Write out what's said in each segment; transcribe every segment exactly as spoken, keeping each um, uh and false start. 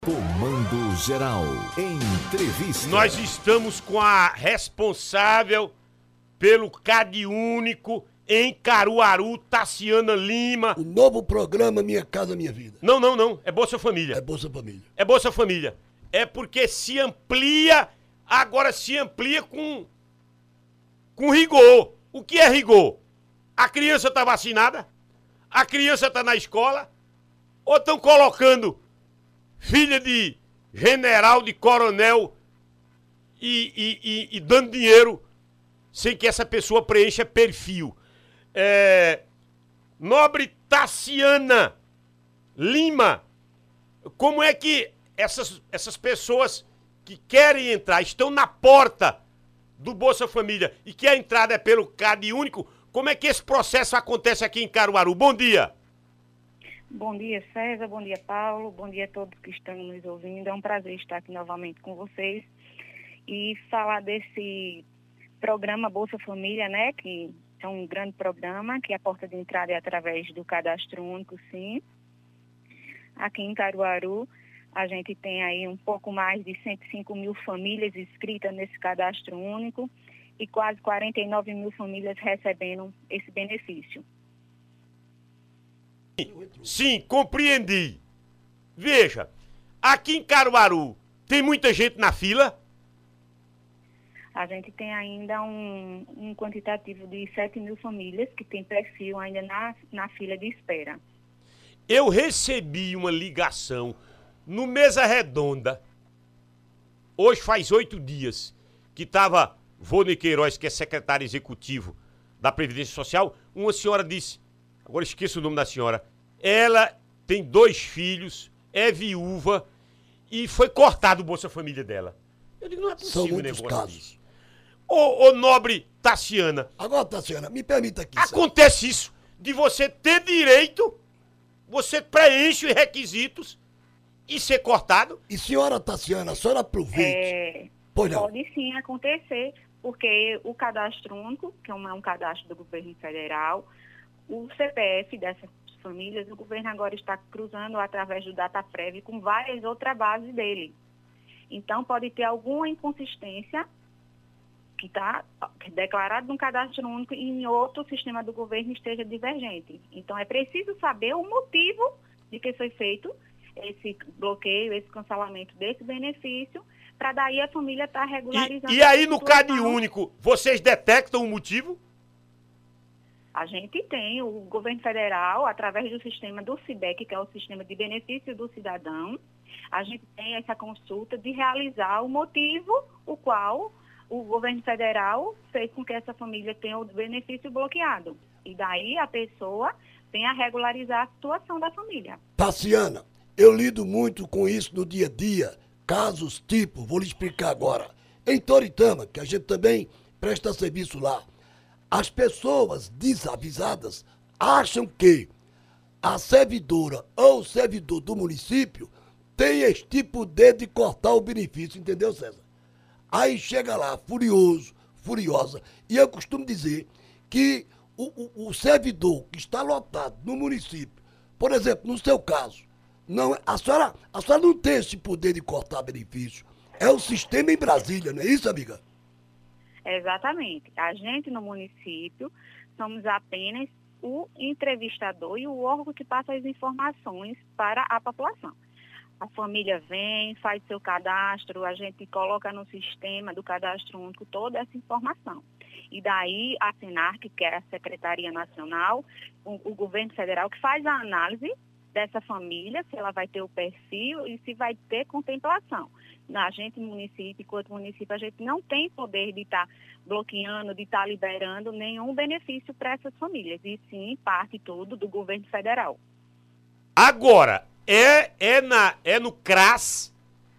Comando Geral, entrevista. Nós estamos com a responsável pelo CadÚnico em Caruaru, Taciana Lima. O novo programa Minha Casa Minha Vida. Não, não, não, é Bolsa Família. É Bolsa Família. É Bolsa Família. É porque se amplia, agora se amplia com, com rigor. O que é rigor? A criança está vacinada? A criança está na escola? Ou estão colocando filha de general, de coronel e, e, e, e dando dinheiro sem que essa pessoa preencha perfil? É, Nobre Taciana Lima, como é que essas, essas pessoas que querem entrar, estão na porta do Bolsa Família e que a entrada é pelo CadÚnico, como é que esse processo acontece aqui em Caruaru? Bom dia! Bom dia, César. Bom dia, Paulo. Bom dia a todos que estão nos ouvindo. É um prazer estar aqui novamente com vocês e falar desse programa Bolsa Família, né, que é um grande programa, que a porta de entrada é através do Cadastro Único, sim. Aqui em Caruaru, a gente tem aí um pouco mais de cento e cinco mil famílias inscritas nesse Cadastro Único e quase quarenta e nove mil famílias recebendo esse benefício. Sim, compreendi. Veja, aqui em Caruaru tem muita gente na fila? A gente tem ainda um, um quantitativo de sete mil famílias que tem perfil ainda na, na fila de espera. Eu recebi uma ligação no Mesa Redonda, hoje faz oito dias, que estava Vônei Queiroz, que é secretário executivo da Previdência Social. Uma senhora disse, agora esqueço o nome da senhora, ela tem dois filhos, é viúva e foi cortado o Bolsa Família dela. Eu digo, não é possível. São muitos casos. Disso. Ô, ô, nobre Taciana. Agora, Taciana, me permita aqui. Acontece sabe? isso, de você ter direito, você preenche os requisitos e ser cortado? E senhora Taciana, a senhora aproveite. É, Pois não. Pode sim acontecer, porque o Cadastro Único, que é um, é um cadastro do governo federal, o C P F dessas famílias, o governo agora está cruzando através do DataPrev com várias outras bases dele. Então, pode ter alguma inconsistência que está declarado no Cadastro Único e em outro sistema do governo esteja divergente. Então, é preciso saber o motivo de que foi feito esse bloqueio, esse cancelamento desse benefício, para daí a família estar tá regularizando. E, e aí, no CadÚnico, vocês detectam o motivo? A gente tem o governo federal, através do sistema do SIBEC, que é o Sistema de Benefício do Cidadão, a gente tem essa consulta de realizar o motivo o qual o governo federal fez com que essa família tenha o benefício bloqueado. E daí a pessoa tem a regularizar a situação da família. Taciana, eu lido muito com isso no dia a dia, casos tipo, vou lhe explicar agora. Em Toritama, que a gente também presta serviço lá, as pessoas desavisadas acham que a servidora ou o servidor do município tem este poder de cortar o benefício, entendeu, César? Aí chega lá, furioso, furiosa, e eu costumo dizer que o, o, o servidor que está lotado no município, por exemplo, no seu caso, não, a, senhora, a senhora não tem esse poder de cortar benefício. É o sistema em Brasília, não é isso, amiga? Exatamente. A gente no município somos apenas o entrevistador e o órgão que passa as informações para a população. A família vem, faz seu cadastro, a gente coloca no sistema do Cadastro Único toda essa informação. E daí a SENARC, que é a Secretaria Nacional, o, o governo federal, que faz a análise dessa família, se ela vai ter o perfil e se vai ter contemplação. A gente, no município, enquanto município, a gente não tem poder de estar tá bloqueando, de estar tá liberando nenhum benefício para essas famílias. E sim, parte todo do governo federal. Agora, é, é, na, é no CRAS,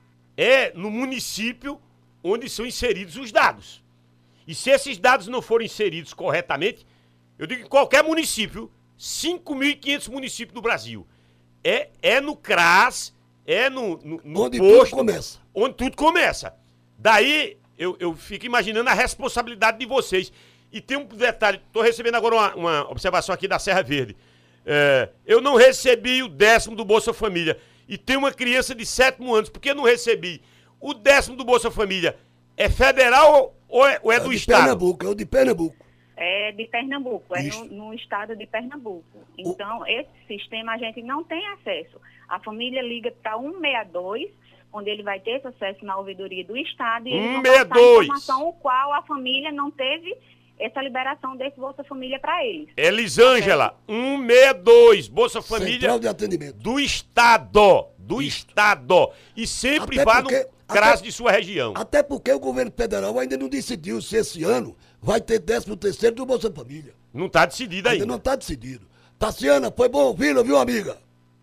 é no município onde são inseridos os dados. E se esses dados não forem inseridos corretamente, eu digo em qualquer município, cinco mil e quinhentos municípios do Brasil, é, é no CRAS, é no, no, no onde posto, tudo começa. Onde tudo começa. Daí, eu, eu fico imaginando a responsabilidade de vocês. E tem um detalhe, estou recebendo agora uma, uma observação aqui da Serra Verde. É, eu não recebi o décimo do Bolsa Família. e tenho uma criança de sétimo ano, por que não recebi? O décimo do Bolsa Família é federal ou é, ou é É do o de Estado? Pernambuco, é o de Pernambuco. É de Pernambuco, é Isso. no, no estado de Pernambuco. Então, esse sistema a gente não tem acesso. A família liga para cento e sessenta e dois, onde ele vai ter esse acesso na ouvidoria do estado e eles vão passar a informação o qual a família não teve essa liberação desse Bolsa Família para eles. Elisângela, cento e sessenta e dois, Bolsa Família Central de atendimento. do Estado, do Estado. E sempre Até vá porque- no CRAS até- de sua região. Até porque o governo federal ainda não decidiu se esse ano vai ter décimo terceiro do Bolsa Família. Não está decidido Ainda ainda. não está decidido. Tassiana, foi bom ouvi-la, viu, amiga?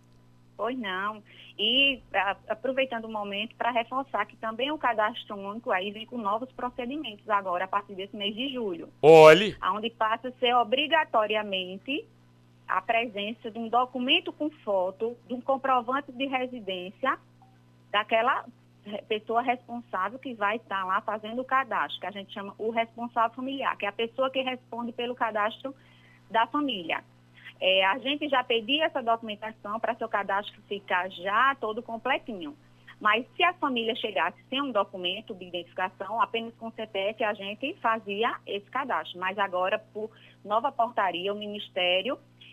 Pois não. E a, aproveitando o momento para reforçar que também o cadastro único aí vem com novos procedimentos agora, a partir desse mês de julho. Olhe, Onde passa a ser obrigatoriamente a presença de um documento com foto, de um comprovante de residência daquela pessoa responsável que vai estar lá fazendo o cadastro, que a gente chama o responsável familiar, que é a pessoa que responde pelo cadastro da família. É, a gente já pedia essa documentação para seu cadastro ficar já todo completinho. Mas se a família chegasse sem um documento de identificação, apenas com o C P F, a gente fazia esse cadastro. Mas agora, por nova portaria, o Ministério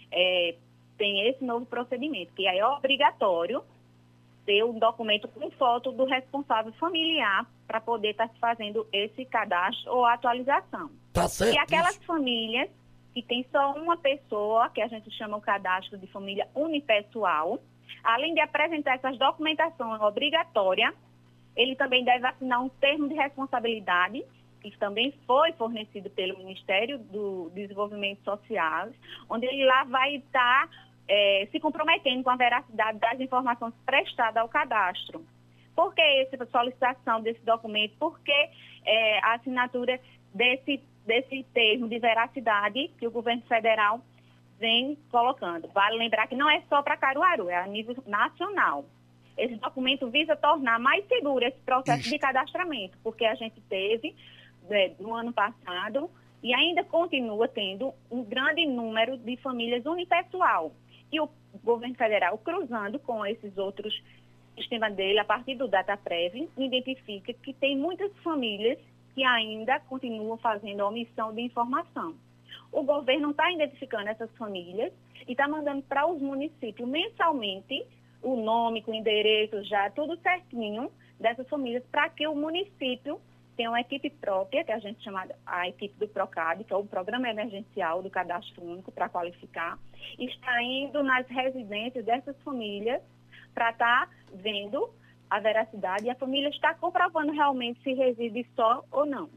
é, tem esse novo procedimento, que é obrigatório ter um documento com foto do responsável familiar para poder estar fazendo esse cadastro ou atualização. Tá certo. E aquelas isso. famílias que tem só uma pessoa, que a gente chama o cadastro de família unipessoal, além de apresentar essas documentações obrigatórias, ele também deve assinar um termo de responsabilidade, que também foi fornecido pelo Ministério do Desenvolvimento Social, onde ele lá vai estar é, se comprometendo com a veracidade das informações prestadas ao cadastro. Por que essa solicitação desse documento? Por que é, a assinatura desse, desse termo de veracidade que o governo federal vem colocando? Vale lembrar que não é só para Caruaru, é a nível nacional. Esse documento visa tornar mais seguro esse processo Isso. de cadastramento, porque a gente teve, é, no ano passado, e ainda continua tendo um grande número de famílias unipessoal. E o governo federal, cruzando com esses outros sistemas dele, a partir do DataPrev, identifica que tem muitas famílias que ainda continuam fazendo omissão de informação. O governo está identificando essas famílias e está mandando para os municípios mensalmente o nome, com o endereço já, tudo certinho dessas famílias, para que o município tenha uma equipe própria, que a gente chama a equipe do PROCAD, que é o Programa Emergencial do Cadastro Único, para qualificar, está indo nas residências dessas famílias para estar vendo a veracidade e a família está comprovando realmente se reside só ou não.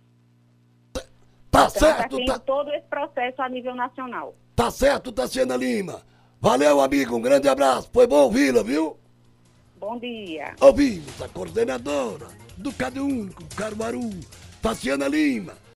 Tá Então, está certo, tendo tá, todo esse processo a nível nacional. tá certo, Tassiana Lima. Valeu, amigo, um grande abraço. Foi bom ouvi-la, viu? Bom dia. Ouvimos a coordenadora do Cade Único, Caruaru, Tassiana Lima.